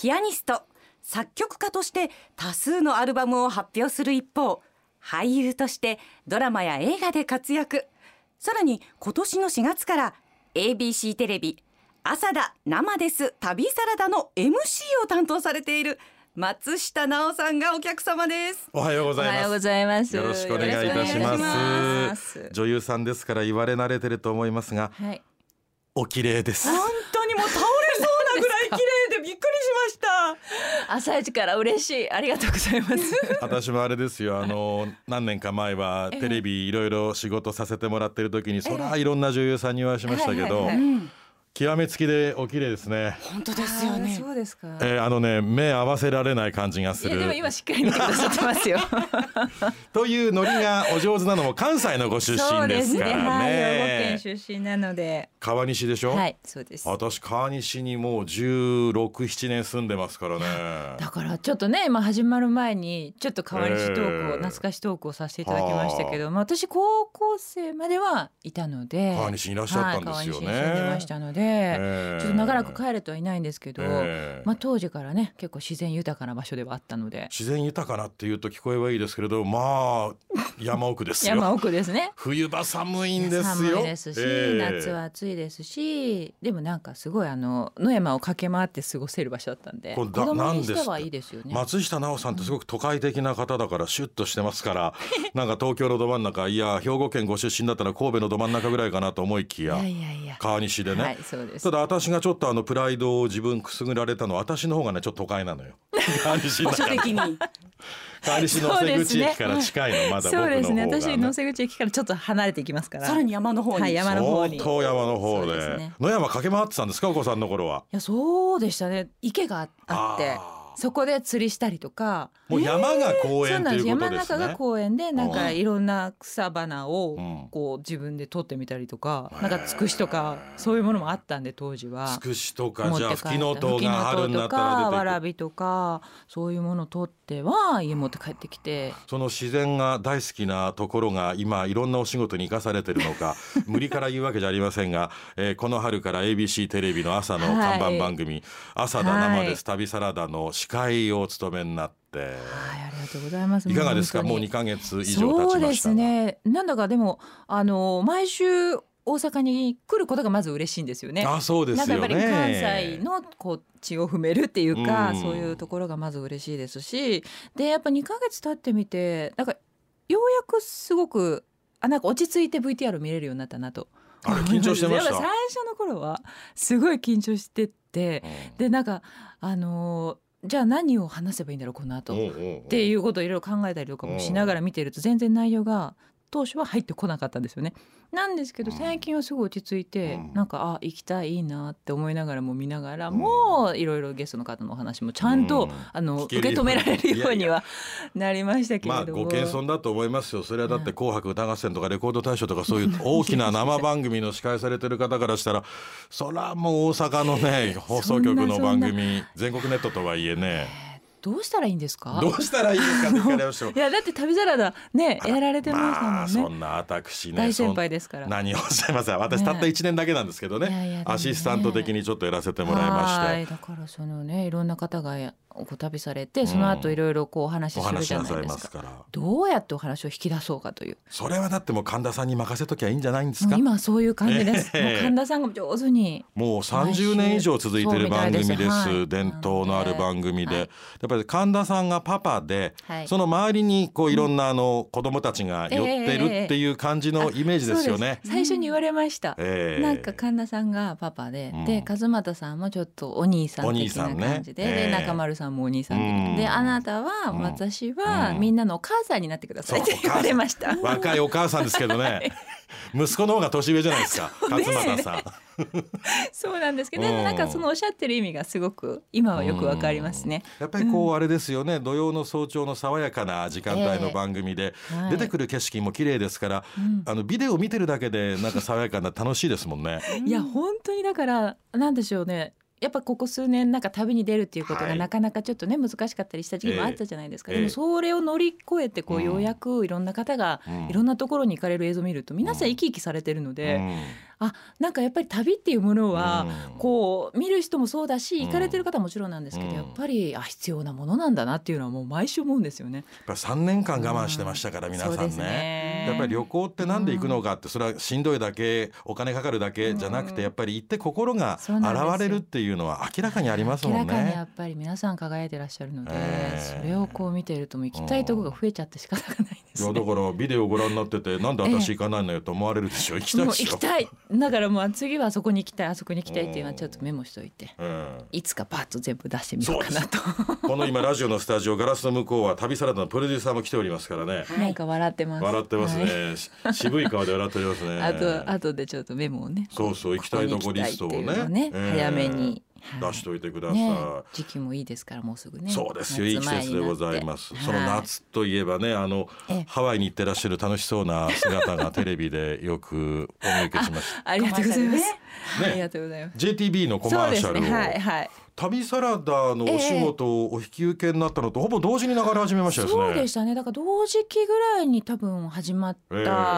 ピアニスト、作曲家として多数のアルバムを発表する一方、俳優としてドラマや映画で活躍。さらに今年の4月から ABC テレビ朝だ生です旅サラダの MC を担当されている松下奈緒さんがお客様です。 おはようございます。 おはようございます。 よろしくお願いいたします。女優さんですから言われ慣れてると思いますが、はい、お綺麗です。 本当にもう倒れそうなぐらい綺麗でびっくりしました。 朝一から嬉しい、ありがとうございます。 私もあれですよ、何年か前はテレビいろいろ仕事させてもらってる時に、そらいろんな女優さんにお会いしましたけど、極めつきでお綺麗ですね。 本当ですよね。 そうですか。 目合わせられない感じがする。 でも今しっかり見てくださってますよ。 というノリがお上手なのも関西のご出身ですからね。 そうですね。兵庫県出身なので。 川西でしょ。 はい、そうです。 私川西にもう16、17年住んでますからね。 だからちょっとね、始まる前にちょっと川西トークを、懐かしトークをさせていただきましたけど、私高校生まではいたので、 川西にいらっしゃったんですよね。 川西に住んでましたので。ちょっと長らく帰れてはいないんですけど、当時からね結構自然豊かな場所ではあったので。 自然豊かなっていうと聞こえはいいですけれど、山奥ですよ。 山奥ですね。 冬場寒いんですよ。 寒いですし、夏は暑いですし、でもなんかすごい野山を駆け回って過ごせる場所だったんで、子供にしてはいいですよね。 松下奈緒さんってすごく都会的な方だからシュッとしてますから、なんか東京のど真ん中、いや兵庫県ご出身だったら神戸のど真ん中ぐらいかなと思いきや、川西でね、 はい、そうです。 ただ私がちょっとプライドを自分くすぐられたのは、私の方がねちょっと都会なのよ。川西の中に川西の瀬口駅から近いの、まだ僕の方が、ね、 そうですね。私の瀬口駅からちょっと離れていきますから、 さらに山の方に、 はい、山の方に、 相当山の方で、野山駆け回ってたんですか、お子さんの頃は。 いや、そうでしたね。池があって、そこで釣りしたりとか。 もう山が公園ということですね。 山の中が公園で、なんかいろんな草花をこう自分で取ってみたりとか、なんかつくしとかそういうものもあったんで、当時は。 つくしとか、じゃあフキノトウが春になったら出てくる、 わらびとかそういうものを取っては家持って帰ってきて、 その自然が大好きなところが今いろんなお仕事に生かされてるのか無理から言うわけじゃありませんが、この春から ABC テレビの朝の看板番組、朝だ生です旅サラダの司会をお務めになって、 はい、ありがとうございます。 いかがですか。もう2ヶ月以上経ちましたが。 そうですね。なんだかでも毎週大阪に来ることがまず嬉しいんですよね。 そうですよね。 なんかやっぱり関西の血を踏めるっていうか、そういうところがまず嬉しいですし、でやっぱ2ヶ月経ってみて、なんかようやくすごくなんか落ち着いて VTR 見れるようになったなと。 緊張してました。 最初の頃はすごい緊張してって、でなんかじゃあ何を話せばいいんだろうこの後っていうことをいろいろ考えたりとかもしながら見てると、全然内容が当初は入ってこなかったんですよね。なんですけど最近はすごい落ち着いて、なんか行きたい、いいなって思いながらも見ながらも、いろいろゲストの方のお話もちゃんと受け止められるようにはなりましたけれども、 ご謙遜だと思いますよ。それはだって紅白歌合戦とかレコード大賞とかそういう大きな生番組の司会されてる方からしたらそらもう大阪のね放送局の番組全国ネットとはいえね、 どうしたらいいんですか。 どうしたらいいですかって聞かれました。 いやだって旅サラダねやられてましたもんね。 そんな私ね、 大先輩ですから。 何をおっしゃいますか。私たった1年だけなんですけどね、アシスタント的にちょっとやらせてもらいまして、 だからそのねいろんな方が旅されて、その後いろいろお話しするじゃないですか。どうやってお話を引き出そうかという。 それはだってもう神田さんに任せときゃいいんじゃないんですか。 今そういう感じです。もう神田さんが上手に、 もう30年以上続いてる番組です。伝統のある番組で、やっぱり神田さんがパパで、その周りにいろんな子供たちが寄ってるっていう感じのイメージですよね。 最初に言われました。なんか神田さんがパパで、で勝俣さんもちょっとお兄さん的な感じで、で中丸さんもお兄さんで、あなたは、私はみんなのお母さんになってくださいって言われました。 若いお母さんですけどね、息子の方が年上じゃないですか、勝俣さん。 そうなんですけど、でもなんかそのおっしゃってる意味がすごく今はよくわかりますね。 やっぱりあれですよね、土曜の早朝の爽やかな時間帯の番組で、出てくる景色も綺麗ですから、ビデオ見てるだけでなんか爽やかな楽しいですもんね。 いや本当にだからなんでしょうね、やっぱここ数年なんか旅に出るっていうことがなかなかちょっとね難しかったりした時期もあったじゃないですか。でもそれを乗り越えてようやくいろんな方がいろんなところに行かれる映像を見ると、皆さん生き生きされてるので、 なんかやっぱり旅っていうものはうんこう見る人もそうだしうん行かれてる方はもちろんなんですけど、 うんやっぱり必要なものなんだなっていうのはもう毎週思うんですよね。 やっぱり3年間我慢してましたから、皆さんそうですね。やっぱり旅行ってなんで行くのかって、それはしんどいだけお金かかるだけじゃなくて、やっぱり行って心がそうなんですよ現れるっていうのは明らかにありますもん明らかにやね。 っぱり皆さん輝いてらっしゃるので、それをこう見ているともう行きたいところが増えちゃって仕方がないですね。 いやだからビデオご覧になってて、なんで私行かないのよと思われるでしょ。行きたいもうでしょ。 行きたい。だからもう次はあそこに行きたい、あそこに行きたいっていうのはちょっとメモしといて、いつかパッと全部出してみようかなと。 この今ラジオのスタジオガラスの向こうは旅サラダのプロデューサーも来ておりますからね。 なんか笑ってます。 笑ってますね、渋い顔で笑っておりますね。 あとでちょっとメモをね、 そうそう、行きたいとこリストをここに行きたいっていうのをね、 早めに、 出しといてください、 ね、時期もいいですからもうすぐね。 そうですよ、いい季節でございます。その夏といえばね、ハワイに行ってらっしゃる楽しそうな姿がテレビでよくお見受けしましたありがとうございます、 ねありがとうございます。 JTB のコマーシャルを、 はいはい、 旅サラダのお仕事をお引き受けになったのとほぼ同時に流れ始めましたですね。 そうでしたね。だから同時期ぐらいに多分始まった、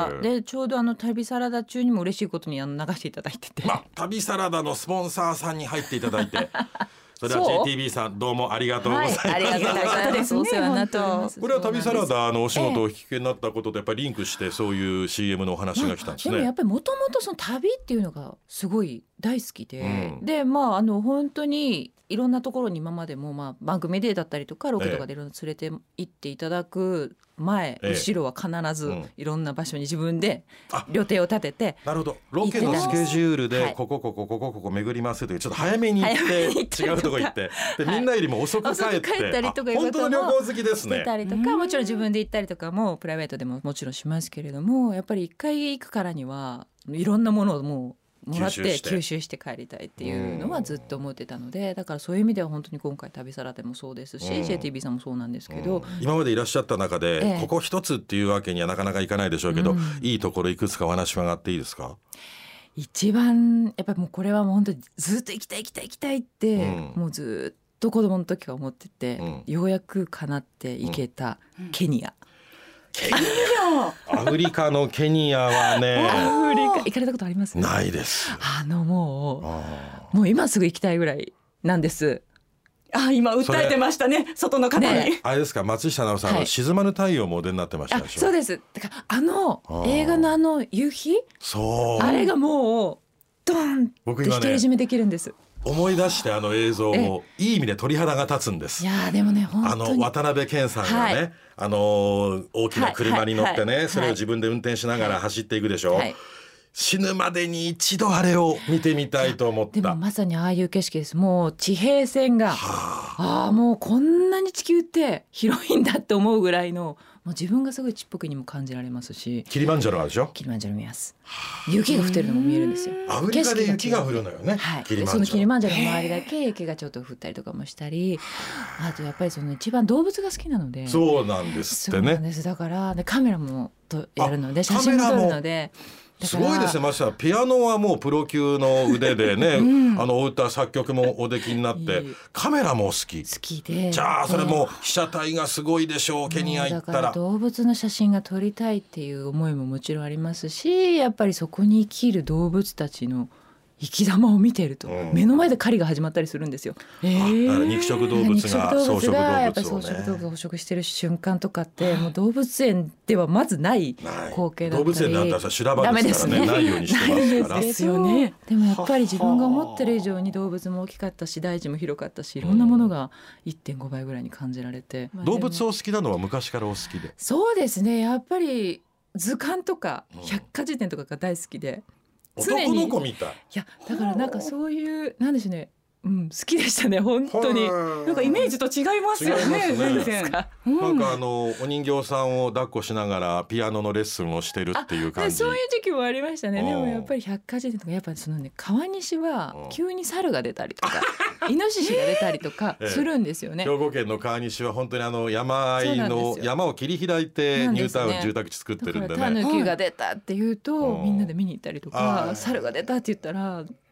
でちょうど旅サラダ中にも嬉しいことに流していただいてて、 旅サラダのスポンサーさんに入っていただいてそれは JTB さんどうもありがとうございます、 ありがとうございます。お世話になっております。 これは旅サラダのお仕事をお引き受けになったこととやっぱりリンクしてそういう CM のお話が来たんですね。 でもやっぱりもともとその旅っていうのがすごい大好きで、で本当にいろんなところに今までも番組でだったりとかロケとかでいろんな連れて行っていただく前、後ろは必ずいろんな場所に自分で予定を立てて、 なるほど、ロケのスケジュールでここ巡りますというちょっと早めに行って違うとこ行ってでみんなよりも遅く帰ったりとか本当に旅行好きですね。 してたりとか、もちろん自分で行ったりとかもプライベートでももちろんしますけれども、やっぱり一回行くからにはいろんなものをもらって吸収して帰りたいっていうのはずっと思ってたので、だからそういう意味では本当に今回旅サラダもそうですし、JTB さんもそうなんですけど、 今までいらっしゃった中で、ここ一つっていうわけにはなかなかいかないでしょうけど、いいところいくつかお話伺っていいですか。 一番やっぱりもうこれはもう本当にずっと行きたいって、もうずっと子供の時から思ってて、ようやく叶って行けたケニア。 アフリカのケニアはねアフリカ行かれたことあります？ ないです。 もう今すぐ行きたいぐらいなんです。 今訴えてましたね、外の方に、 あれですか、松下奈緒さんの沈まぬ太陽もお出になってましたでしょ。 そうです。だから映画の夕日、あれがもうドンって独り占めできるんです。 思い出して映像をいい意味で鳥肌が立つんです。 いやでもね本当に渡辺謙さんがね、大きな車に乗ってね、それを自分で運転しながら走っていくでしょ、死ぬまでに一度あれを見てみたいと思った。 でもまさにああいう景色です。もう地平線がもうこんなに地球って広いんだって思うぐらいの、もう自分がすごいちっぽけにも感じられますし、 キリマンジャロあるでしょ。 キリマンジャロ見ます。雪が降ってるのも見えるんですよ。 アフリカで雪が降るのよね、 そのキリマンジャロの周りだけ雪がちょっと降ったりとかもしたり、あとやっぱりその一番動物が好きなので。 そうなんですってね。 そうなんです。だからカメラもやるので、写真も撮るので。 すごいですね。ましてピアノはもうプロ級の腕でね、お歌作曲もおできになってカメラも好きで、 じゃあそれも被写体がすごいでしょう。ケニア行ったらだから動物の写真が撮りたいっていう思いももちろんありますし、やっぱりそこに生きる動物たちの生き様を見ていると、目の前で狩りが始まったりするんですよ。 肉食動物が草食動物をね、 草食動物を捕食してる瞬間とかってもう動物園ではまずない光景だったり、 動物園であったら修羅場ですからね、ないようにしてますから。 ですよね。でもやっぱり自分が思ってる以上に動物も大きかったし、大地も広かったし、いろんなものが 1.5 倍ぐらいに感じられて、 動物を好きなのは昔からお好きで。 そうですね、やっぱり図鑑とか百科事典とかが大好きで、 男の子みたい。 いやだからなんかそういうなんでしょうね、好きでしたね本当に。 なんかイメージと違いますよね、全然。 なんかお人形さんを抱っこしながらピアノのレッスンをしてるっていう感じ。 そういう時期もありましたね。でもやっぱり百科事典とかやっぱりそのね、川西は急に猿が出たりとかイノシシが出たりとかするんですよね。 兵庫県の川西は本当に山あいの山を切り開いてニュータウン住宅地作ってるんでね。 タヌキが出たって言うとみんなで見に行ったりとか、猿が出たって言ったら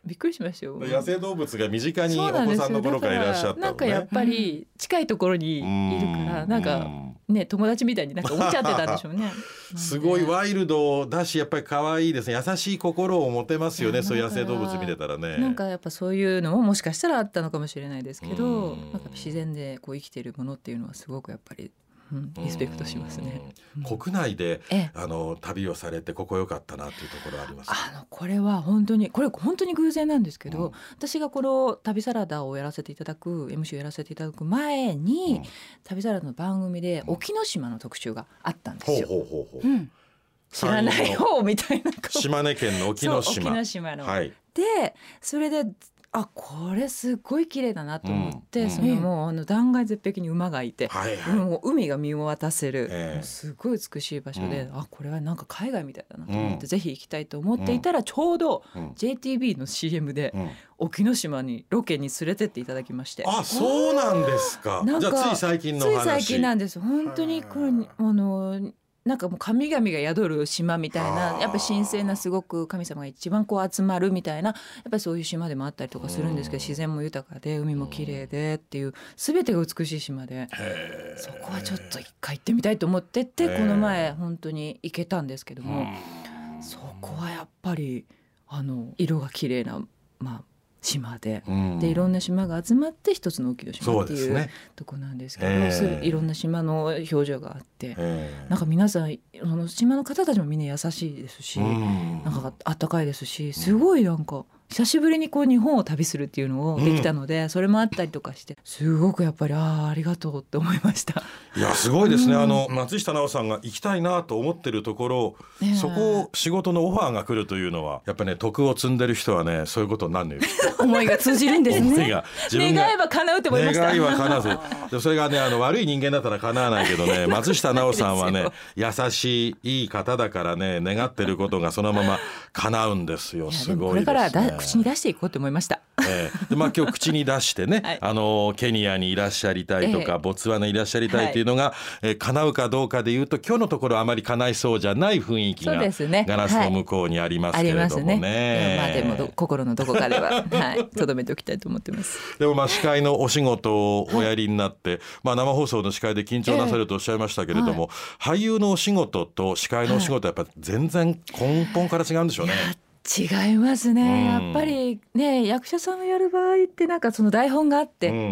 びっくりしましたよ。 野生動物が身近にお子さんの頃からいらっしゃったのね。 なんかやっぱり近いところにいるからなんかね友達みたいになんか思っちゃってたんでしょうね。 すごいワイルドだしやっぱり可愛いですね。優しい心を持てますよね。そういう野生動物見れたらね。 なんかやっぱそういうのももしかしたらあったのかもしれないですけど、なんか自然でこう生きているものっていうのはすごくやっぱりリスペクトしますね。 国内で旅をされてここ良かったなっていうところありますか？ これは本当に偶然なんですけど、私がこの旅サラダをやらせていただく MC をやらせていただく前に、旅サラダの番組で沖ノ島の特集があったんですよ。知らない方みたいな島根県の沖ノ島。 沖ノ島の、でそれでこれすごい綺麗だなと思って、そのもう断崖絶壁に馬がいて、もう海が見渡せる、すごい美しい場所で、これはなんか海外みたいだなと思って、ぜひ行きたいと思っていたら、ちょうど JTB の CM で沖ノ島にロケに連れてっていただきまして。 そうなんですか。じゃあつい最近の話。 つい最近なんです。本当にこれなんかもう神々が宿る島みたいな、やっぱり神聖なすごく神様が一番こう集まるみたいな、やっぱりそういう島でもあったりとかするんですけど、自然も豊かで海も綺麗でっていう全てが美しい島で、そこはちょっと一回行ってみたいと思ってて、この前本当に行けたんですけども、そこはやっぱり色が綺麗な島で、いろんな島が集まって一つの沖ノ島っていうとこなんですけど、いろんな島の表情があって、なんか皆さん島の方たちもみんな優しいですし、なんかあったかいですし、すごいなんか久しぶりにこう日本を旅するっていうのをできたので、それもあったりとかして、すごくやっぱりありがとうって思いました。 いやすごいですね。松下奈緒さんが行きたいなと思ってるところ、そこを仕事のオファーが来るというのはやっぱりね、徳を積んでる人はね、そういうことになるのよ。 思いが通じるんですね。願えば叶うって思いました。 願いは叶わず、それがね悪い人間だったら叶わないけどね、松下奈緒さんはね優しいいい方だからね、願ってることがそのまま叶うんですよ。すごいですね。これから口に出していこうと思いました。 で今日口に出してね、ケニアにいらっしゃりたいとか、ボツワナにいらっしゃりたいというのが、叶うかどうかでいうと、今日のところあまり叶いそうじゃない雰囲気がガラスの向こうにありますけれどもね。 でも心のどこかでは留めておきたいと思ってます。 でも司会のお仕事をおやりになって、生放送の司会で緊張なさるとおっしゃいましたけれども、俳優のお仕事と司会のお仕事はやっぱ全然根本から違うんでしょうね。 違いますね。やっぱりね、役者さんをやる場合ってなんかその台本があって、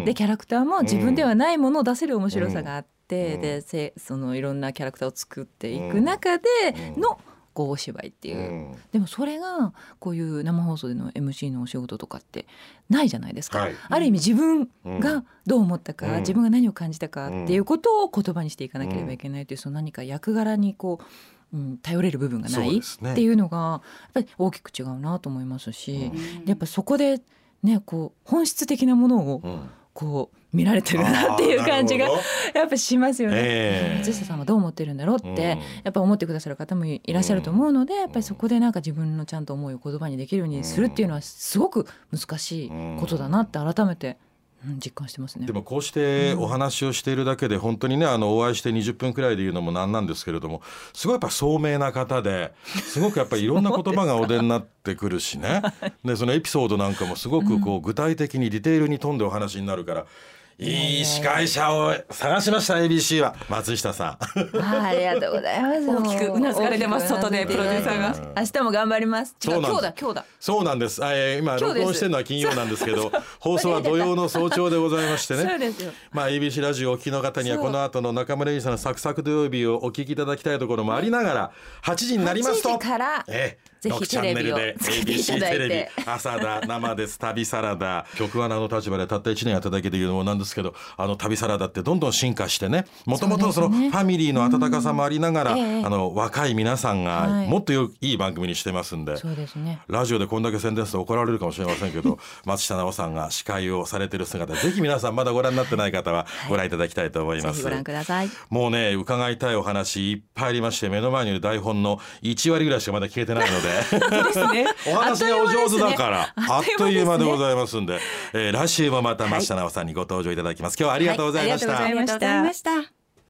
でキャラクターも自分ではないものを出せる面白さがあって、でそのいろんなキャラクターを作っていく中でのこうお芝居っていう、でもそれがこういう生放送での MC のお仕事とかってないじゃないですか。ある意味自分がどう思ったか、自分が何を感じたかっていうことを言葉にしていかなければいけないという、その何か役柄にこう頼れる部分がないっていうのがやっぱり大きく違うなと思いますし、やっぱそこでね、こう本質的なものをこう見られてるなっていう感じがやっぱしますよね。松下さんはどう思ってるんだろうってやっぱ思ってくださる方もいらっしゃると思うので、やっぱりそこでなんか自分のちゃんと思いを言葉にできるようにするっていうのはすごく難しいことだなって改めて実感してますね。 でもこうしてお話をしているだけで本当にね、お会いして20分くらいで言うのもなんなんですけれども、すごいやっぱ聡明な方で、すごくやっぱりいろんな言葉がお出になってくるしねでそのエピソードなんかもすごくこう具体的にディテールに富んでお話になるから、いい司会者を探しました。 ABC は松下さんありがとうございます。 大きくうなずかれてます。外でプロデューサーが明日も頑張ります。今日だそうなんです。今録音してるのは金曜なんですけど放送は土曜の早朝でございましてね。 そうですよ。 ABC ラジオをお聞きの方にはこの後の中村ゆりさんのサクサク土曜日をお聞きいただきたいところもありながら、8時になりますと 8時からぜひテレビをつけていただいて、 ABC テレビ朝だ生です旅サラダ、局アナの立場でたった1年やっただけで言うのもなんですけど、旅サラダってどんどん進化してね、もともとそのファミリーの温かさもありながら、若い皆さんがもっといい番組にしてますんで、 そうですね、 ラジオでこんだけ宣伝すると怒られるかもしれませんけど松下奈緒さんが司会をされてる姿、ぜひ皆さんまだご覧になってない方はご覧いただきたいと思います。 ぜひご覧ください。 もうね、伺いたいお話いっぱいありまして、目の前にいる台本の1割ぐらいしかまだ聞けてないのでお話がお上手だからあっという間でございますんで、来週もまた松下奈緒さんにご登場いただきます。今日はありがとうございました。 ありがとうございました。